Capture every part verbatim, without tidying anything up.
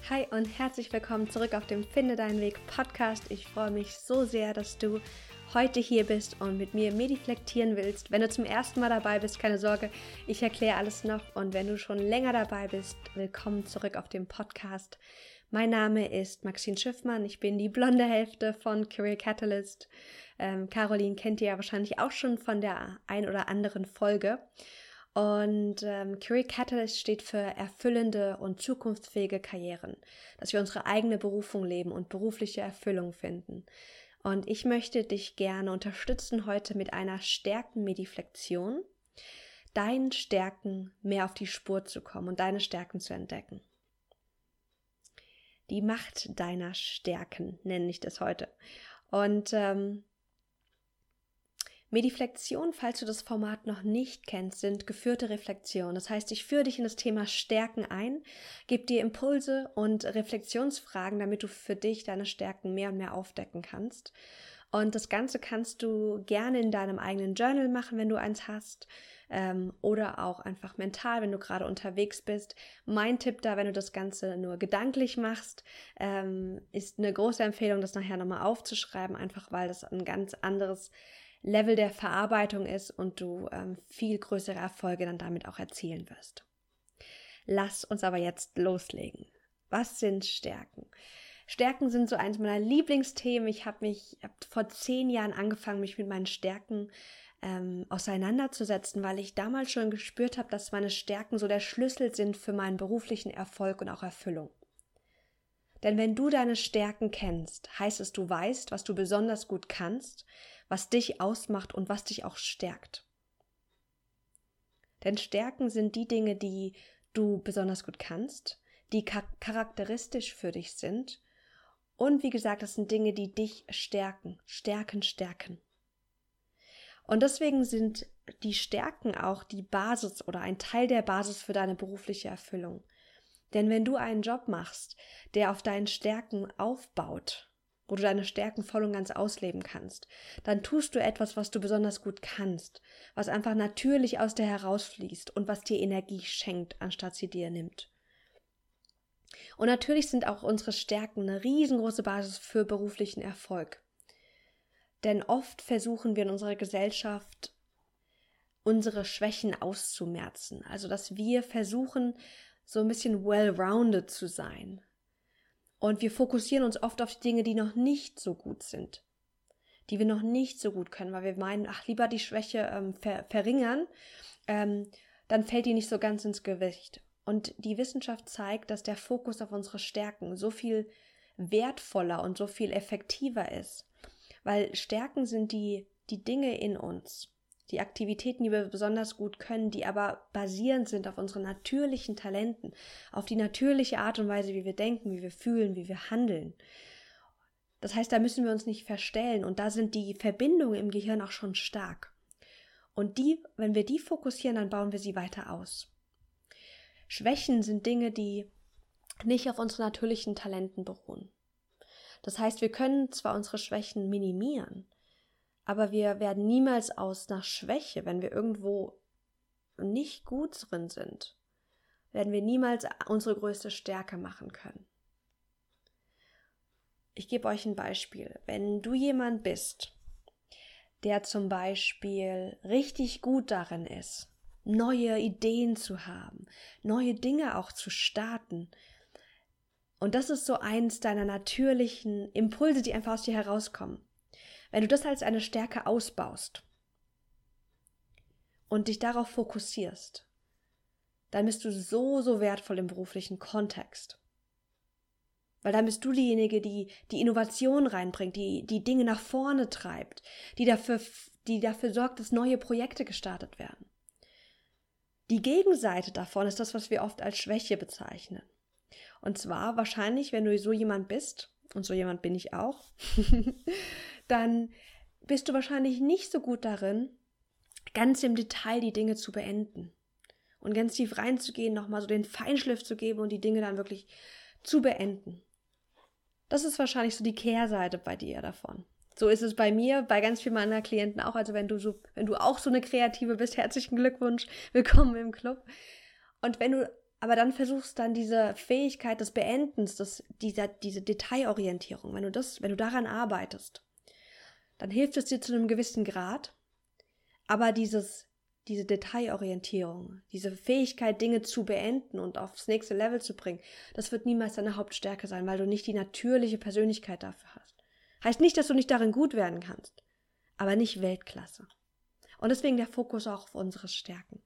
Hi und herzlich willkommen zurück auf dem Finde deinen Weg Podcast. Ich freue mich so sehr, dass du heute hier bist und mit mir mediflektieren willst. Wenn du zum ersten Mal dabei bist, keine Sorge, ich erkläre alles noch. Und wenn du schon länger dabei bist, willkommen zurück auf dem Podcast. Mein Name ist Maxine Schiffmann, ich bin die blonde Hälfte von Career Catalyst. Ähm, Caroline kennt ihr ja wahrscheinlich auch schon von der ein oder anderen Folge. Und ähm, Career Catalyst steht für erfüllende und zukunftsfähige Karrieren, dass wir unsere eigene Berufung leben und berufliche Erfüllung finden. Und ich möchte dich gerne unterstützen heute mit einer Stärken-Mediflexion, deinen Stärken mehr auf die Spur zu kommen und deine Stärken zu entdecken. Die Macht deiner Stärken nenne ich das heute. Und ähm, Mediflexion, falls du das Format noch nicht kennst, sind geführte Reflexionen. Das heißt, ich führe dich in das Thema Stärken ein, gebe dir Impulse und Reflexionsfragen, damit du für dich deine Stärken mehr und mehr aufdecken kannst. Und das Ganze kannst du gerne in deinem eigenen Journal machen, wenn du eins hast, ähm, oder auch einfach mental, wenn du gerade unterwegs bist. Mein Tipp da, wenn du das Ganze nur gedanklich machst, ähm, ist eine große Empfehlung, das nachher nochmal aufzuschreiben, einfach weil das ein ganz anderes Level der Verarbeitung ist und du ähm, viel größere Erfolge dann damit auch erzielen wirst. Lass uns aber jetzt loslegen. Was sind Stärken? Stärken sind so eins meiner Lieblingsthemen. Ich habe mich hab vor zehn Jahren angefangen, mich mit meinen Stärken ähm, auseinanderzusetzen, weil ich damals schon gespürt habe, dass meine Stärken so der Schlüssel sind für meinen beruflichen Erfolg und auch Erfüllung. Denn wenn du deine Stärken kennst, heißt es, du weißt, was du besonders gut kannst, was dich ausmacht und was dich auch stärkt. Denn Stärken sind die Dinge, die du besonders gut kannst, die charakteristisch für dich sind. Und wie gesagt, das sind Dinge, die dich stärken, stärken, stärken. Und deswegen sind die Stärken auch die Basis oder ein Teil der Basis für deine berufliche Erfüllung. Denn wenn du einen Job machst, der auf deinen Stärken aufbaut, wo du deine Stärken voll und ganz ausleben kannst, dann tust du etwas, was du besonders gut kannst, was einfach natürlich aus dir herausfließt und was dir Energie schenkt, anstatt sie dir nimmt. Und natürlich sind auch unsere Stärken eine riesengroße Basis für beruflichen Erfolg. Denn oft versuchen wir in unserer Gesellschaft, unsere Schwächen auszumerzen. Also, dass wir versuchen, so ein bisschen well-rounded zu sein. Und wir fokussieren uns oft auf die Dinge, die noch nicht so gut sind, die wir noch nicht so gut können, weil wir meinen, ach, lieber die Schwäche ähm, ver- verringern, ähm, dann fällt die nicht so ganz ins Gewicht. Und die Wissenschaft zeigt, dass der Fokus auf unsere Stärken so viel wertvoller und so viel effektiver ist, weil Stärken sind die, die Dinge in uns, die Aktivitäten, die wir besonders gut können, die aber basierend sind auf unseren natürlichen Talenten, auf die natürliche Art und Weise, wie wir denken, wie wir fühlen, wie wir handeln. Das heißt, da müssen wir uns nicht verstellen und da sind die Verbindungen im Gehirn auch schon stark. Und die, wenn wir die fokussieren, dann bauen wir sie weiter aus. Schwächen sind Dinge, die nicht auf unseren natürlichen Talenten beruhen. Das heißt, wir können zwar unsere Schwächen minimieren, aber wir werden niemals aus einer Schwäche, wenn wir irgendwo nicht gut drin sind, werden wir niemals unsere größte Stärke machen können. Ich gebe euch ein Beispiel. Wenn du jemand bist, der zum Beispiel richtig gut darin ist, neue Ideen zu haben, neue Dinge auch zu starten, und das ist so eins deiner natürlichen Impulse, die einfach aus dir herauskommen. Wenn du das als eine Stärke ausbaust und dich darauf fokussierst, dann bist du so, so wertvoll im beruflichen Kontext. Weil dann bist du diejenige, die die Innovation reinbringt, die die Dinge nach vorne treibt, die dafür, die dafür sorgt, dass neue Projekte gestartet werden. Die Gegenseite davon ist das, was wir oft als Schwäche bezeichnen. Und zwar wahrscheinlich, wenn du so jemand bist, und so jemand bin ich auch, dann bist du wahrscheinlich nicht so gut darin, ganz im Detail die Dinge zu beenden und ganz tief reinzugehen, nochmal so den Feinschliff zu geben und die Dinge dann wirklich zu beenden. Das ist wahrscheinlich so die Kehrseite bei dir davon. So ist es bei mir, bei ganz vielen meiner Klienten auch. Also wenn du so, wenn du auch so eine Kreative bist, herzlichen Glückwunsch, willkommen im Club. Und wenn du aber dann versuchst dann diese Fähigkeit des Beendens, des, dieser, diese Detailorientierung, wenn du das, wenn du daran arbeitest, dann hilft es dir zu einem gewissen Grad, aber dieses, diese Detailorientierung, diese Fähigkeit, Dinge zu beenden und aufs nächste Level zu bringen, das wird niemals deine Hauptstärke sein, weil du nicht die natürliche Persönlichkeit dafür hast. Heißt nicht, dass du nicht darin gut werden kannst, aber nicht Weltklasse. Und deswegen der Fokus auch auf unsere Stärken.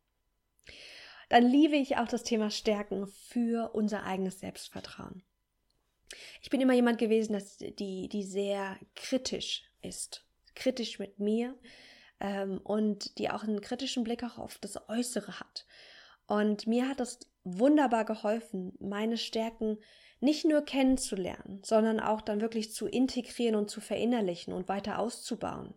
Dann liebe ich auch das Thema Stärken für unser eigenes Selbstvertrauen. Ich bin immer jemand gewesen, dass die, die sehr kritisch ist, kritisch mit mir ähm, und die auch einen kritischen Blick auch auf das Äußere hat. Und mir hat es wunderbar geholfen, meine Stärken nicht nur kennenzulernen, sondern auch dann wirklich zu integrieren und zu verinnerlichen und weiter auszubauen,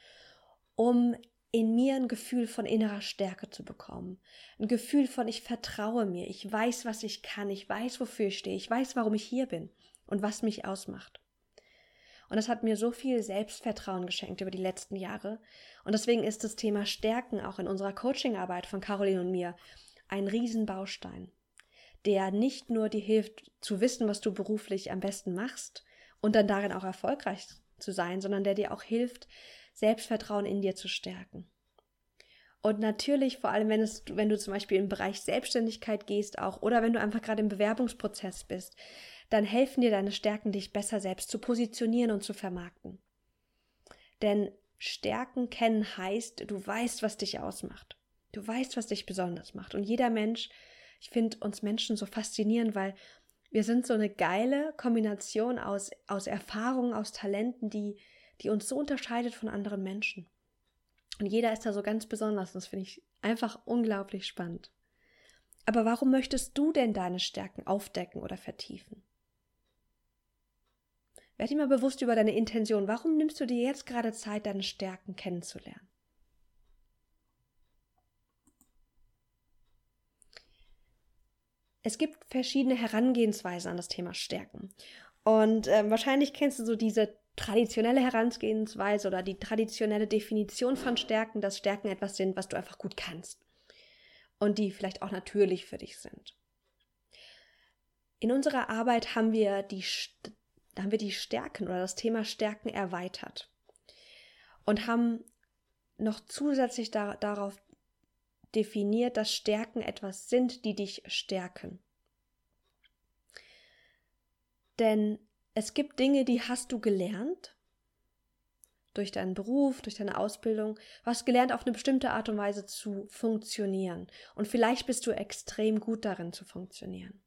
um in mir ein Gefühl von innerer Stärke zu bekommen. Ein Gefühl von, ich vertraue mir, ich weiß, was ich kann, ich weiß, wofür ich stehe, ich weiß, warum ich hier bin und was mich ausmacht. Und das hat mir so viel Selbstvertrauen geschenkt über die letzten Jahre. Und deswegen ist das Thema Stärken auch in unserer Coachingarbeit von Caroline und mir ein Riesenbaustein, der nicht nur dir hilft, zu wissen, was du beruflich am besten machst und dann darin auch erfolgreich zu sein, sondern der dir auch hilft, Selbstvertrauen in dir zu stärken. Und natürlich, vor allem wenn es, wenn du zum Beispiel im Bereich Selbstständigkeit gehst auch oder wenn du einfach gerade im Bewerbungsprozess bist, dann helfen dir deine Stärken, dich besser selbst zu positionieren und zu vermarkten. Denn Stärken kennen heißt, du weißt, was dich ausmacht. Du weißt, was dich besonders macht. Und jeder Mensch, ich finde uns Menschen so faszinierend, weil wir sind so eine geile Kombination aus, aus Erfahrungen, aus Talenten, die, die uns so unterscheidet von anderen Menschen. Und jeder ist da so ganz besonders. Und das finde ich einfach unglaublich spannend. Aber warum möchtest du denn deine Stärken aufdecken oder vertiefen? Werd dir mal bewusst über deine Intention. Warum nimmst du dir jetzt gerade Zeit, deine Stärken kennenzulernen? Es gibt verschiedene Herangehensweisen an das Thema Stärken. Und äh, wahrscheinlich kennst du so diese traditionelle Herangehensweise oder die traditionelle Definition von Stärken, dass Stärken etwas sind, was du einfach gut kannst. Und die vielleicht auch natürlich für dich sind. In unserer Arbeit haben wir die, haben wir die Stärken oder das Thema Stärken erweitert. Und haben noch zusätzlich da, darauf definiert, dass Stärken etwas sind, die dich stärken. Denn es gibt Dinge, die hast du gelernt, durch deinen Beruf, durch deine Ausbildung, du hast gelernt, auf eine bestimmte Art und Weise zu funktionieren. Und vielleicht bist du extrem gut darin zu funktionieren.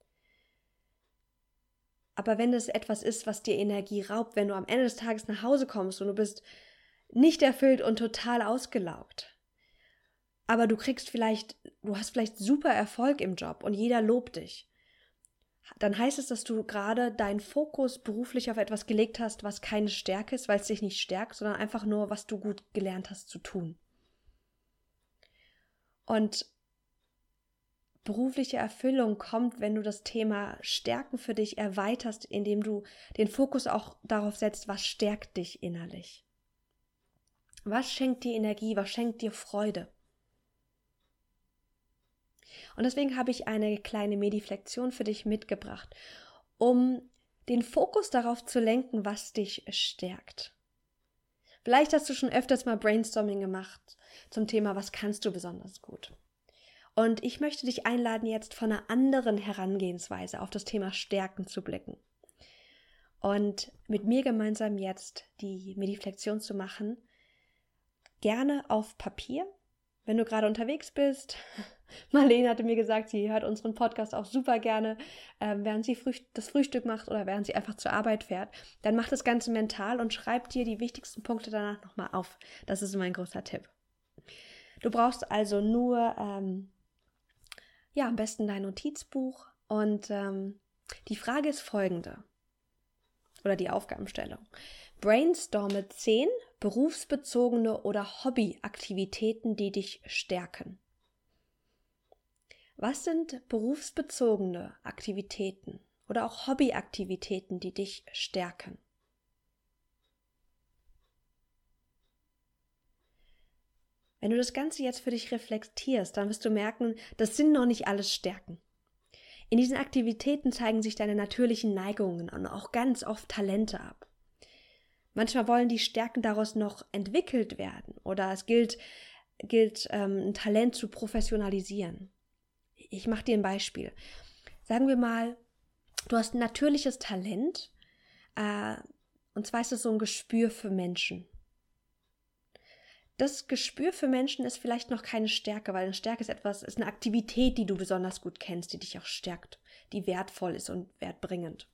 Aber wenn es etwas ist, was dir Energie raubt, wenn du am Ende des Tages nach Hause kommst und du bist nicht erfüllt und total ausgelaugt, aber du kriegst vielleicht, du hast vielleicht super Erfolg im Job und jeder lobt dich, dann heißt es, dass du gerade deinen Fokus beruflich auf etwas gelegt hast, was keine Stärke ist, weil es dich nicht stärkt, sondern einfach nur, was du gut gelernt hast zu tun. Und berufliche Erfüllung kommt, wenn du das Thema Stärken für dich erweiterst, indem du den Fokus auch darauf setzt, was stärkt dich innerlich. Was schenkt dir Energie, was schenkt dir Freude? Und deswegen habe ich eine kleine Mediflexion für dich mitgebracht, um den Fokus darauf zu lenken, was dich stärkt. Vielleicht hast du schon öfters mal Brainstorming gemacht zum Thema, was kannst du besonders gut? Und ich möchte dich einladen, jetzt von einer anderen Herangehensweise auf das Thema Stärken zu blicken. Und mit mir gemeinsam jetzt die Mediflexion zu machen, gerne auf Papier. Wenn du gerade unterwegs bist, Marlene hatte mir gesagt, sie hört unseren Podcast auch super gerne, äh, während sie Früh- das Frühstück macht oder während sie einfach zur Arbeit fährt. Dann mach das Ganze mental und schreib dir die wichtigsten Punkte danach nochmal auf. Das ist mein großer Tipp. Du brauchst also nur, ähm, ja, am besten dein Notizbuch und ähm, die Frage ist folgende. Oder die Aufgabenstellung. Brainstorme zehn berufsbezogene oder Hobbyaktivitäten, die dich stärken. Was sind berufsbezogene Aktivitäten oder auch Hobbyaktivitäten, die dich stärken? Wenn du das Ganze jetzt für dich reflektierst, dann wirst du merken, das sind noch nicht alles Stärken. In diesen Aktivitäten zeigen sich deine natürlichen Neigungen und auch ganz oft Talente ab. Manchmal wollen die Stärken daraus noch entwickelt werden oder es gilt, gilt ähm, ein Talent zu professionalisieren. Ich mache dir ein Beispiel. Sagen wir mal, du hast ein natürliches Talent, äh, und zwar ist es so ein Gespür für Menschen. Das Gespür für Menschen ist vielleicht noch keine Stärke, weil eine Stärke ist etwas, ist eine Aktivität, die du besonders gut kennst, die dich auch stärkt, die wertvoll ist und wertbringend.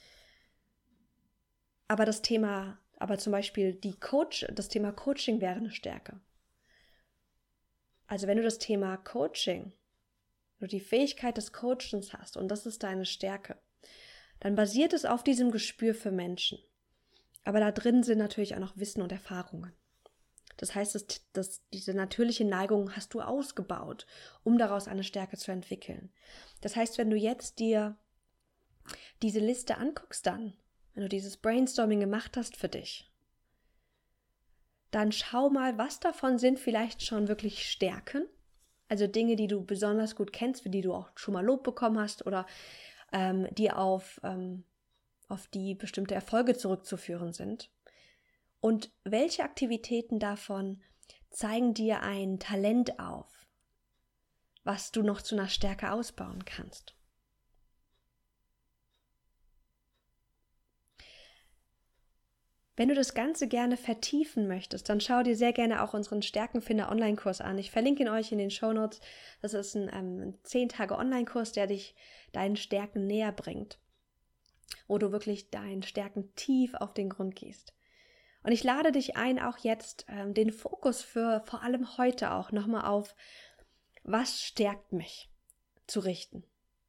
Aber das Thema, aber zum Beispiel die Coach, das Thema Coaching wäre eine Stärke. Also wenn du das Thema Coaching, du die Fähigkeit des Coachens hast und das ist deine Stärke, dann basiert es auf diesem Gespür für Menschen. Aber da drin sind natürlich auch noch Wissen und Erfahrungen. Das heißt, dass, dass diese natürliche Neigung hast du ausgebaut, um daraus eine Stärke zu entwickeln. Das heißt, wenn du jetzt dir diese Liste anguckst dann, wenn du dieses Brainstorming gemacht hast für dich, dann schau mal, was davon sind vielleicht schon wirklich Stärken, also Dinge, die du besonders gut kennst, für die du auch schon mal Lob bekommen hast oder ähm, die auf, ähm, auf die bestimmte Erfolge zurückzuführen sind. Und welche Aktivitäten davon zeigen dir ein Talent auf, was du noch zu einer Stärke ausbauen kannst? Wenn du das Ganze gerne vertiefen möchtest, dann schau dir sehr gerne auch unseren Stärkenfinder-Online-Kurs an. Ich verlinke ihn euch in den Shownotes. Das ist ein ähm, zehn Tage Online-Kurs, der dich deinen Stärken näher bringt, wo du wirklich deinen Stärken tief auf den Grund gehst. Und ich lade dich ein, auch jetzt ähm, den Fokus für vor allem heute auch nochmal auf, was stärkt mich, zu richten.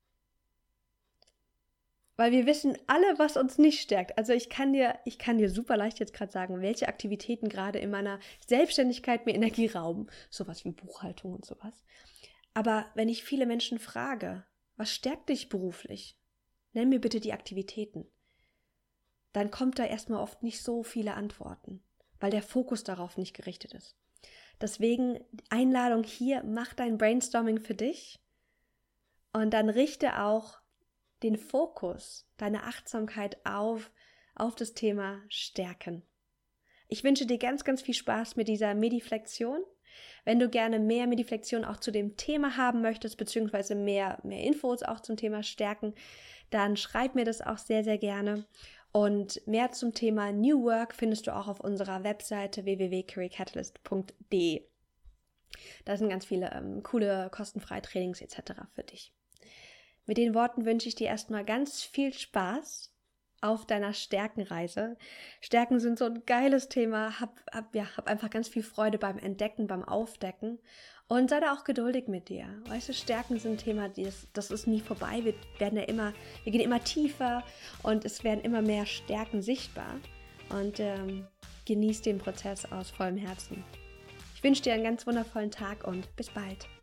Weil wir wissen alle, was uns nicht stärkt. Also ich kann dir, ich kann dir super leicht jetzt gerade sagen, welche Aktivitäten gerade in meiner Selbstständigkeit mir Energie rauben. Sowas wie Buchhaltung und sowas. Aber wenn ich viele Menschen frage, was stärkt dich beruflich? Nenn mir bitte die Aktivitäten. Dann kommt da erstmal oft nicht so viele Antworten, weil der Fokus darauf nicht gerichtet ist. Deswegen Einladung hier, mach dein Brainstorming für dich und dann richte auch den Fokus, deine Achtsamkeit auf, auf das Thema Stärken. Ich wünsche dir ganz, ganz viel Spaß mit dieser Mediflexion. Wenn du gerne mehr Mediflexion auch zu dem Thema haben möchtest, beziehungsweise mehr, mehr Infos auch zum Thema Stärken, dann schreib mir das auch sehr, sehr gerne. Und mehr zum Thema New Work findest du auch auf unserer Webseite w w w punkt career catalyst punkt d e. Da sind ganz viele ähm, coole, kostenfreie Trainings et cetera für dich. Mit den Worten wünsche ich dir erstmal ganz viel Spaß auf deiner Stärkenreise. Stärken sind so ein geiles Thema. Hab, hab, ja, hab einfach ganz viel Freude beim Entdecken, beim Aufdecken. Und sei da auch geduldig mit dir. Weißt du, Stärken sind ein Thema, das, das ist nie vorbei. Wir werden ja immer, wir gehen immer tiefer und es werden immer mehr Stärken sichtbar. Und ähm, genieß den Prozess aus vollem Herzen. Ich wünsche dir einen ganz wundervollen Tag und bis bald.